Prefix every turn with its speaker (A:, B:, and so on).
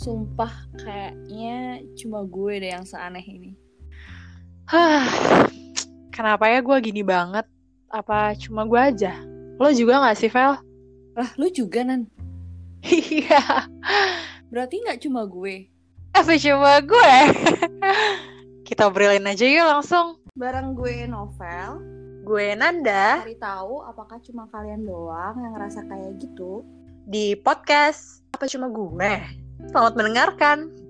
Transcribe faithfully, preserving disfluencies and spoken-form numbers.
A: Sumpah kayaknya cuma gue deh yang seaneh ini.
B: Hah, kenapa ya gue gini banget? Apa cuma gue aja? Lo juga gak sih, Vel?
A: Lah lu juga Nan?
B: Iya.
A: Berarti gak cuma gue?
B: Apa cuma gue? Kita obrolin aja yuk langsung.
A: Bareng gue Novel.
B: Gue Nanda.
A: Cari tahu apakah cuma kalian doang yang ngerasa kayak gitu?
B: Di podcast Apa Cuma Gue. Selamat mendengarkan.